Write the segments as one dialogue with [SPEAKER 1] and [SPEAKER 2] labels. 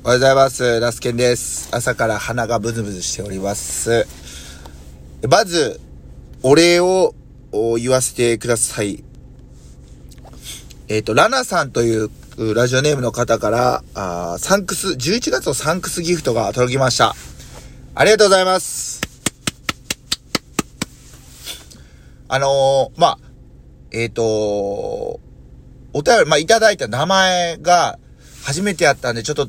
[SPEAKER 1] おはようございます。ラスケンです。朝から鼻がブズブズしております。まず、お礼を言わせてください。ラナさんというラジオネームの方から、11月のサンクスギフトが届きました。ありがとうございます。お便り、いただいた名前が初めてやったんで、ちょっと、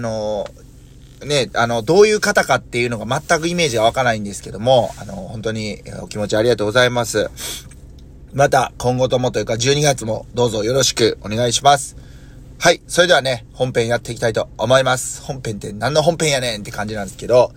[SPEAKER 1] どういう方かっていうのが全くイメージがわからないんですけども、本当にお気持ちありがとうございます。また、今後ともというか、12月もどうぞよろしくお願いします。はい、それではね、本編やっていきたいと思います。本編って何の本編やねんって感じなんですけど、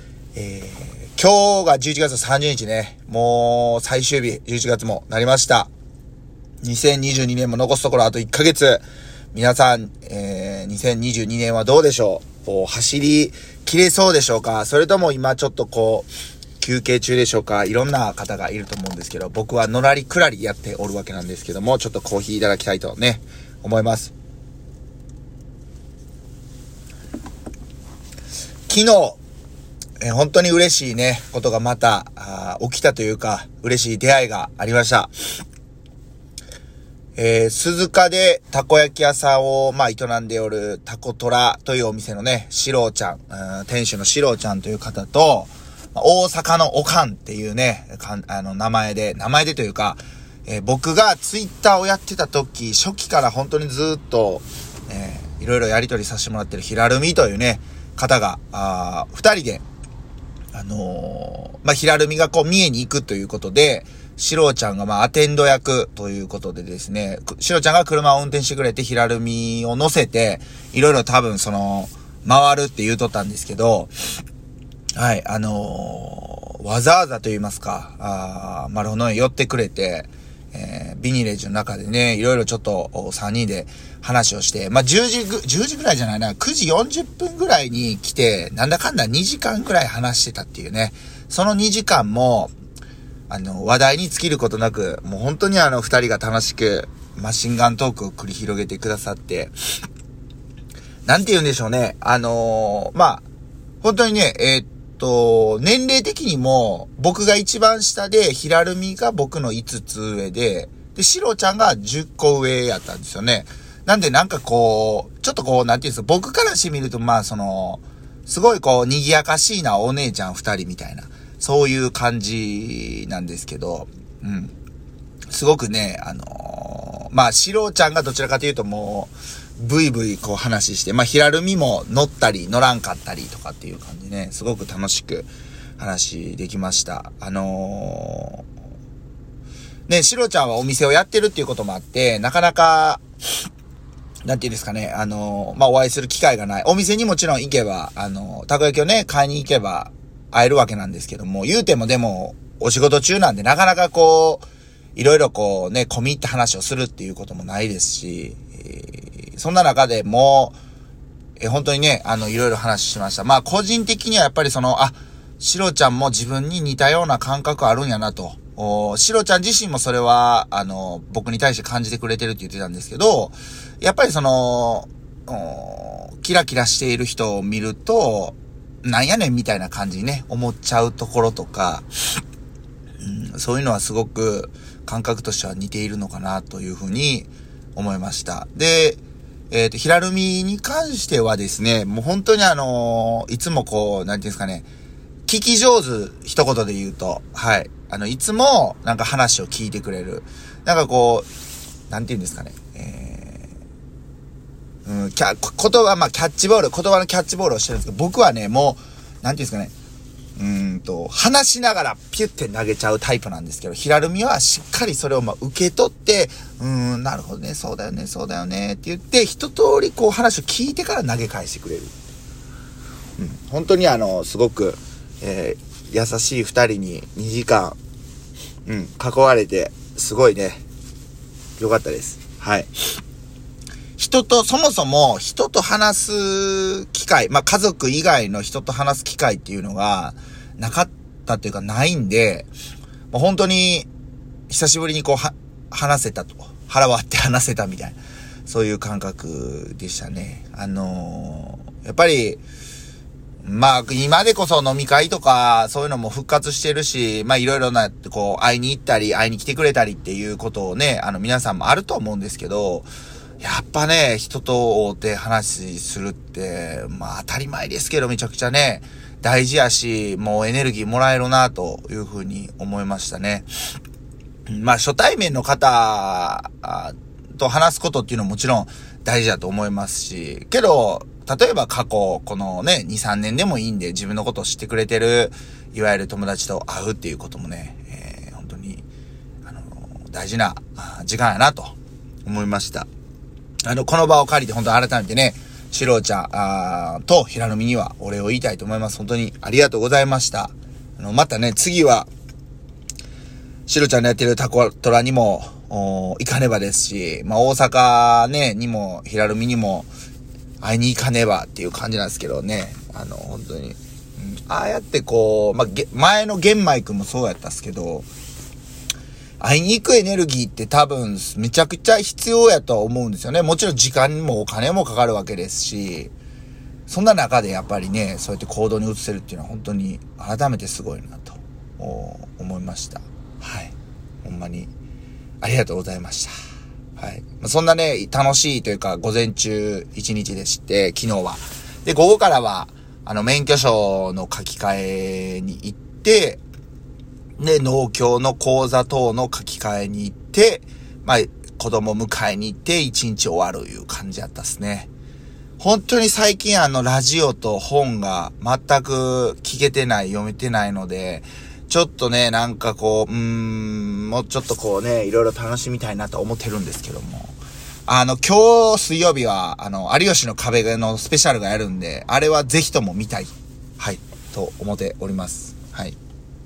[SPEAKER 1] 今日が11月30日ね、もう最終日、11月もなりました。2022年も残すところあと1ヶ月。皆さん、2022年はどうでしょう？走り切れそうでしょうか？それとも今ちょっと休憩中でしょうか？いろんな方がいると思うんですけど、僕はのらりくらりやっておるわけなんですけども、ちょっとコーヒーいただきたいとね、思います。昨日、本当に嬉しいね、ことがまた起きたというか、嬉しい出会いがありました。鈴鹿でたこ焼き屋さんを営んでおるタコトラというお店のね、シローちゃん、店主のシローちゃんという方と、大阪のおかんっていうね、名前でというか、僕がツイッターをやってた時、初期から本当にずっと、いろいろやり取りさせてもらってるヒラルミというね、方が、二人で、ヒラルミが三重に行くということで、シローちゃんがアテンド役ということでですね、シローちゃんが車を運転してくれてヒラルミを乗せて、いろいろ多分回るって言うとったんですけど、はい、わざわざと言いますか、マルホのへ寄ってくれて、ビニレージの中でね、いろいろちょっと3人で話をして、10時ぐらいじゃないな、9時40分ぐらいに来て、なんだかんだ2時間ぐらい話してたっていうね、その2時間も、話題に尽きることなく、もう本当に2人が楽しくマシンガントークを繰り広げてくださって、なんて言うんでしょうね。本当にね、年齢的にも僕が一番下で、ヒラルミが僕の5つ上で、シロちゃんが10個上やったんですよね。なんでちょっとなんていうんですか、僕からしてみるとすごい賑やかしいなお姉ちゃん2人みたいな。そういう感じなんですけど、すごくね、シロちゃんがどちらかというとブイブイ話して、ヒラルミも乗ったり乗らんかったりとかっていう感じね、すごく楽しく話できました。シロちゃんはお店をやってるっていうこともあって、なかなか、なんていうんですかね、お会いする機会がない。お店にもちろん行けば、たこ焼きをね、買いに行けば会えるわけなんですけども、言うてもでも、お仕事中なんでなかなかいろいろ込み入った話をするっていうこともないですし、そんな中でも、本当にね、いろいろ話しました。個人的にはやっぱりシロちゃんも自分に似たような感覚あるんやなと。シロちゃん自身もそれは、僕に対して感じてくれてるって言ってたんですけど、やっぱりキラキラしている人を見ると、なんやねんみたいな感じにね、思っちゃうところとか、そういうのはすごく感覚としては似ているのかなというふうに思いました。で、ヒラルミに関してはですね、もう本当にいつもなんていうんですかね、聞き上手一言で言うと、はい。いつも話を聞いてくれる。なんていうんですかね、言葉のキャッチボールをしてるんですけど、僕はね、もう、なんていうんですかね、話しながらピュッて投げちゃうタイプなんですけど、ヒラルミはしっかりそれを受け取って、なるほどね、そうだよねって言って、一通り話を聞いてから投げ返してくれる。本当にすごく、優しい二人に2時間、囲われて、すごいね、よかったです。はい。そもそも人と話す機会、家族以外の人と話す機会っていうのがなかったというかないんで、もう本当に久しぶりに話せたと、腹割って話せたみたいな、そういう感覚でしたね。 やっぱり、まあ、今でこそ飲み会とか、そういうのも復活してるし、まあいろいろな、こう、会いに行ったり、会いに来てくれたりっていうことをね、皆さんもあると思うんですけど、やっぱね、人と会うて話するって、まあ当たり前ですけど、めちゃくちゃね、大事やし、もうエネルギーもらえるな、というふうに思いましたね。まあ初対面の方と話すことっていうのはもちろん大事だと思いますし、けど、例えば過去、このね、2、3年でもいいんで、自分のことを知ってくれてる、いわゆる友達と会うっていうこともね、本当に、大事な時間やなと思いました。この場を借りて本当改めてね、シロちゃんと平野美にはお礼を言いたいと思います。本当にありがとうございました。またね、次は、シロちゃんのやってるタコトラにも、行かねばですし、まあ大阪ね、にも、平野美にも、会いに行かねばっていう感じなんですけどね。本当に。ああやってこう、まあ、前の玄米くんもそうやったっすけど、会いに行くエネルギーって多分めちゃくちゃ必要やとは思うんですよね。もちろん時間もお金もかかるわけですし、そんな中でやっぱりね、そうやって行動に移せるっていうのは本当に改めてすごいなと思いました。はい。ほんまにありがとうございました。はい。そんなね、楽しいというか、午前中一日でして、昨日は。で、午後からは、免許証の書き換えに行って、で、農協の口座等の書き換えに行って、まあ、子供迎えに行って一日終わるいう感じだったっすね。本当に最近ラジオと本が全く聞けてない、読めてないので、ちょっとね、なんかこう、もうちょっとこうね、いろいろ楽しみたいなと思ってるんですけども。今日水曜日は、有吉の壁のスペシャルがやるんで、あれはぜひとも見たい。はい。と思っております。はい。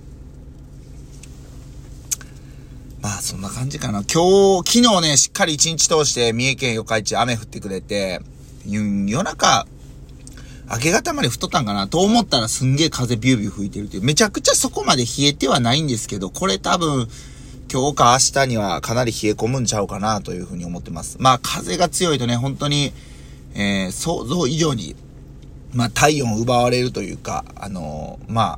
[SPEAKER 1] まあ、そんな感じかな。昨日ね、しっかり一日通して三重県四日市雨降ってくれて、夜中、明け方まで降っとったんかなと思ったらすんげえ風ビュービュー吹いてるっていう。めちゃくちゃそこまで冷えてはないんですけど、これ多分、今日か明日にはかなり冷え込むんちゃうかなというふうに思ってます。まあ風が強いとね、本当に、想像以上に、まあ体温を奪われるというか、ま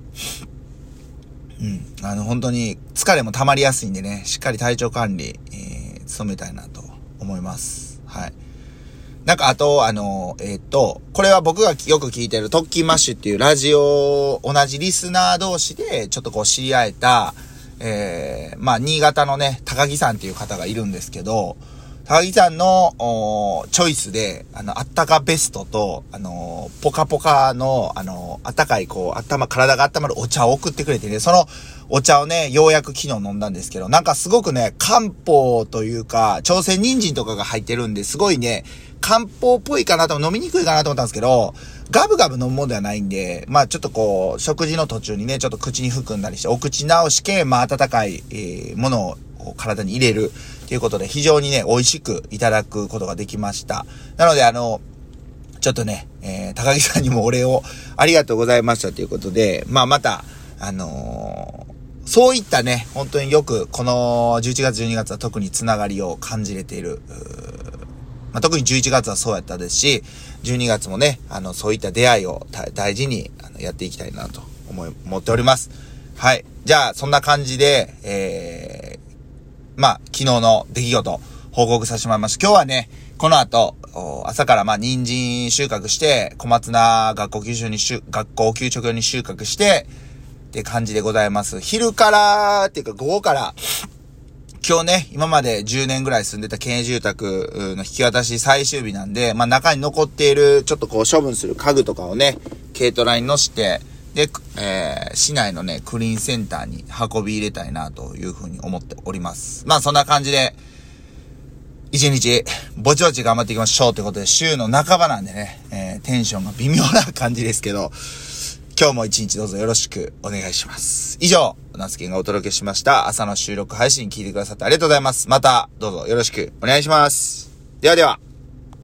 [SPEAKER 1] あ、本当に疲れも溜まりやすいんでね、しっかり体調管理、努めたいなと思います。はい。なんかあと、これは僕がよく聞いてる特勤マッシュっていうラジオ、同じリスナー同士でちょっとこう知り合えた、まあ、新潟のね、高木さんっていう方がいるんですけど、高木さんの、チョイスで、あったかベストと、ポカポカの、あったかい、こう、体が温まるお茶を送ってくれてね、そのお茶をね、ようやく昨日飲んだんですけど、なんかすごくね、漢方というか、朝鮮人参とかが入ってるんで、すごいね、漢方っぽいかなと、飲みにくいかなと思ったんですけど、ガブガブ飲むもんではないんで、まあちょっとこう、食事の途中にね、ちょっと口に含んだりして、お口直し系、まあ温かい、ものを体に入れるということで、非常にね、美味しくいただくことができました。なのでちょっとね、高木さんにもお礼をありがとうございましたということで、まあまた、そういったね、本当によく、この11月12月は特につながりを感じれている、まあ、特に11月はそうやったですし、12月もね、そういった出会いを大事にやっていきたいなと思っております。はい。じゃあ、そんな感じで、まあ、昨日の出来事、報告させてもらいました。今日はね、この後、朝からまあ、人参収穫して、小松菜学校給食用に収穫して、って感じでございます。昼から、っていうか午後から、今日ね、今まで10年ぐらい住んでた県営住宅の引き渡し最終日なんで、まあ中に残っているちょっとこう処分する家具とかをね、軽トラに乗して、で、市内のね、クリーンセンターに運び入れたいなというふうに思っております。まあそんな感じで、一日ぼちぼち頑張っていきましょうということで、週の半ばなんでね、テンションが微妙な感じですけど、今日も一日どうぞよろしくお願いします。以上、ナスケンがお届けしました朝の収録配信聞いてくださってありがとうございます。またどうぞよろしくお願いします。ではでは。